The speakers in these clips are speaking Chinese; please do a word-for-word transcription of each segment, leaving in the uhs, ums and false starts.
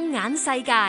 放眼世界，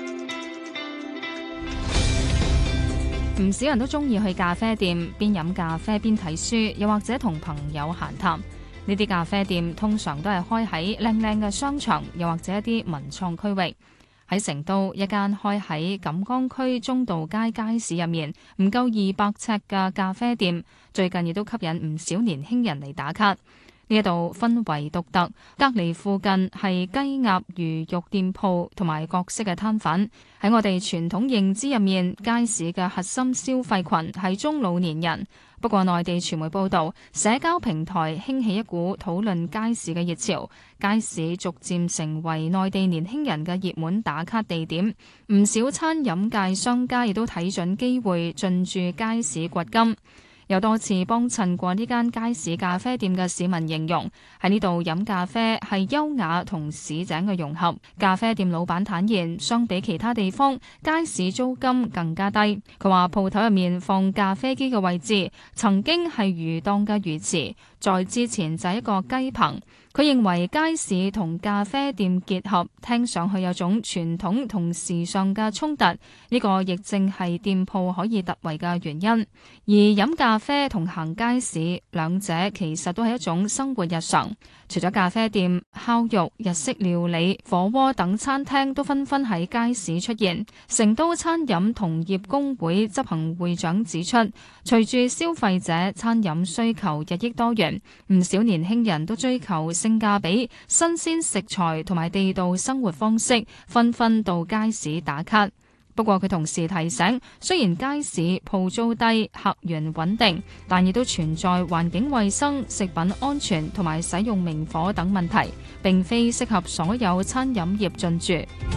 唔少人都中意去咖啡店，邊飲咖啡邊睇書，又或者同朋友閒談。呢啲咖啡店通常都係開喺靚靚嘅商場，又或者一啲文創區域。喺成都，一間開喺錦江區中道街街市入面，唔夠二百尺嘅咖啡店，最近亦都吸引唔少年輕人嚟打卡。呢一度氛圍獨特，隔離附近係雞鴨魚肉店鋪同埋各式嘅攤販。喺我哋傳統認知入面，街市嘅核心消費群係中老年人。不過內地傳媒報道，社交平台興起一股討論街市嘅熱潮，街市逐漸成為內地年輕人嘅熱門打卡地點。唔少餐飲界商家亦都睇準機會進駐街市掘金。有多次幫襯過呢間街市咖啡店嘅市民形容，喺呢度飲咖啡係優雅同市井嘅融合。咖啡店老闆坦言，相比其他地方，街市租金更加低。佢話鋪頭入面放咖啡機嘅位置曾經係魚檔嘅魚池，再之前就係一個雞棚。佢認為街市同咖啡店結合，聽上去有種傳統同時尚嘅衝突，呢個亦正係店鋪可以突圍嘅原因。而飲咖啡同行街市，兩者其實都係一種生活日常。除咗咖啡店，烤肉、日式料理、火鍋等餐廳都紛紛喺街市出現。成都餐飲同業工會執行會長指出，隨住消費者餐飲需求日益多元，唔少年輕人都追求性價比、新鮮食材同埋地道生活方式，紛紛到街市打卡。不過佢同時提醒，雖然街市鋪租低、客源穩定，但亦都存在環境衛生、食品安全同埋使用明火等問題，並非適合所有餐飲業進駐。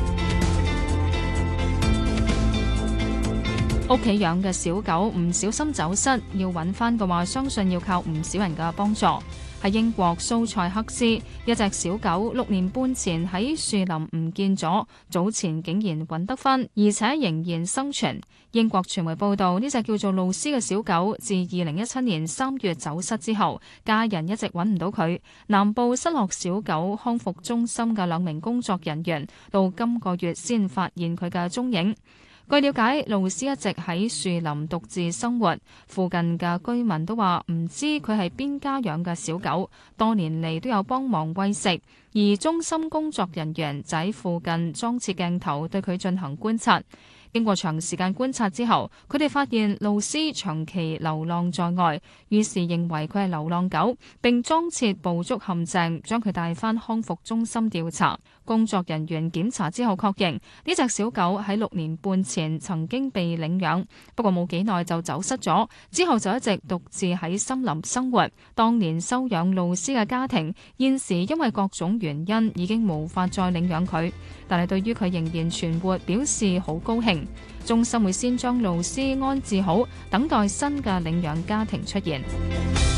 屋企養嘅小狗唔小心走失，要揾返嘅話，相信要靠唔少人嘅幫助。喺英國蘇塞克斯，一隻小狗六年半前喺樹林唔見咗，早前竟然揾得返，而且仍然生存。英國傳媒報道，呢隻叫做露絲嘅小狗自二零一七年三月走失之後，家人一直揾唔到佢。南部失落小狗康復中心嘅兩名工作人員到今個月先發現佢嘅蹤影。據了解，露絲一直喺樹林獨自生活，附近嘅居民都話唔知佢係邊家養嘅小狗，多年嚟都有幫忙餵食，而中心工作人員就喺附近裝設鏡頭對佢進行觀察。經過長時間觀察之後，佢哋發現露絲長期流浪在外，於是認為佢係流浪狗，並裝設捕捉陷阱，將佢帶返康復中心調查。工作人員檢查之後確認，呢隻小狗喺六年半前曾經被領養，不過冇幾耐就走失咗，之後就一直獨自喺森林生活。當年收養露絲嘅家庭，現時因為各種原因已經無法再領養佢，但係對於佢仍然存活表示好高興。中心會先將露絲安置好，等待新嘅領養家庭出現。